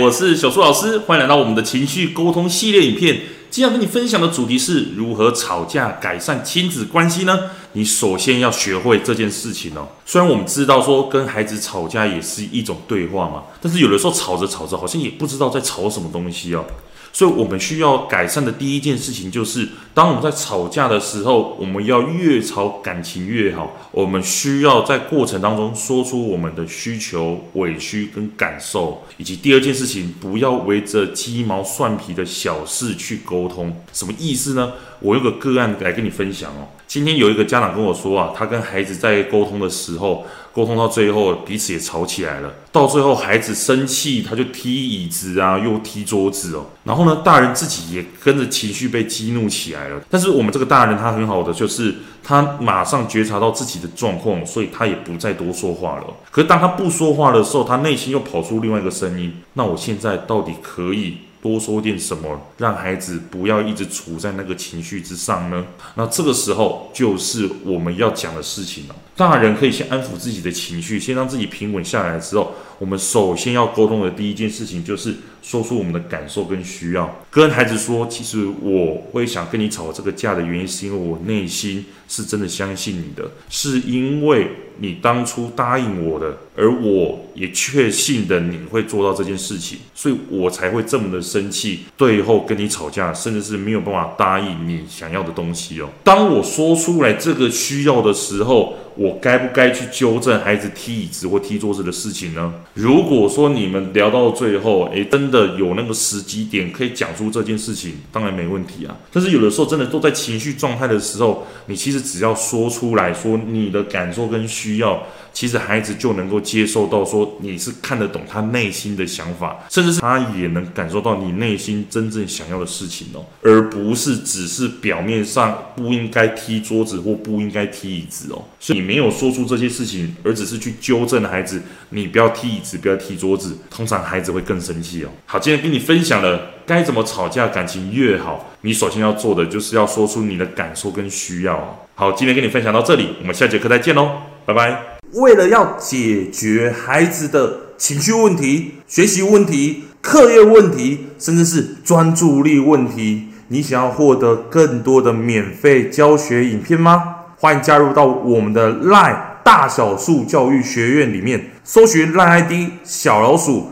我是小苏老师，欢迎来到我们的情绪沟通系列影片。今天要跟你分享的主题是如何吵架改善亲子关系呢？你首先要学会这件事情哦。虽然我们知道说跟孩子吵架也是一种对话嘛，但是有的时候吵着吵着好像也不知道在吵什么东西哦。所以我们需要改善的第一件事情就是，当我们在吵架的时候，我们要越吵感情越好。我们需要在过程当中说出我们的需求、委屈跟感受，以及第二件事情，不要围着鸡毛蒜皮的小事去沟通。什么意思呢？我有个个案来跟你分享哦。今天有一个家长跟我说啊，他跟孩子在沟通的时候，沟通到最后彼此也吵起来了。到最后孩子生气，他就踢椅子啊，又踢桌子哦。然后呢，大人自己也跟着情绪被激怒起来了。但是我们这个大人他很好的，就是他马上觉察到自己的状况，所以他也不再多说话了。可是当他不说话的时候，他内心又跑出另外一个声音：那我现在到底可以多说点什么，让孩子不要一直处在那个情绪之上呢？那这个时候就是我们要讲的事情了。大人可以先安抚自己的情绪，先让自己平稳下来之后，我们首先要沟通的第一件事情就是说出我们的感受跟需要，跟孩子说，其实我会想跟你吵这个架的原因，是因为我内心是真的相信你的，是因为你当初答应我的，而我也确信的你会做到这件事情，所以我才会这么的生气，最后跟你吵架，甚至是没有办法答应你想要的东西哦。当我说出来这个需要的时候，我该不该去纠正孩子踢椅子或踢桌子的事情呢？如果说你们聊到最后，真的有那个时机点可以讲出这件事情，当然没问题啊。但是有的时候真的都在情绪状态的时候，你其实只要说出来说你的感受跟需要，其实孩子就能够接受到说你是看得懂他内心的想法，甚至是他也能感受到你内心真正想要的事情哦，而不是只是表面上不应该踢桌子或不应该踢椅子哦。所以你没有说出这些事情，而只是去纠正孩子，你不要踢椅子，不要踢桌子，通常孩子会更生气哦。好，今天跟你分享了该怎么吵架感情越好，你首先要做的就是要说出你的感受跟需要哦。好，今天跟你分享到这里，我们下节课再见喽，拜拜。为了要解决孩子的情绪问题、学习问题、课业问题，甚至是专注力问题，你想要获得更多的免费教学影片吗？欢迎加入到我们的 LINE 大小树教育学院里面，搜寻 LINE ID 小老鼠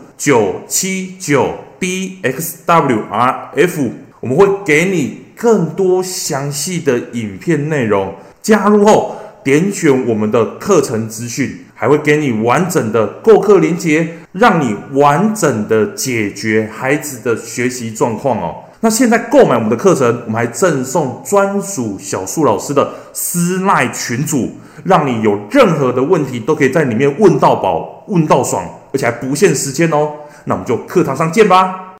979DXWRF， 我们会给你更多详细的影片内容。加入后点选我们的课程资讯，还会给你完整的购课连结，让你完整的解决孩子的学习状况哦。那现在购买我们的课程，我们还赠送专属小树老师的私赖群组，让你有任何的问题都可以在里面问到饱、问到爽，而且还不限时间哦。那我们就课堂上见吧。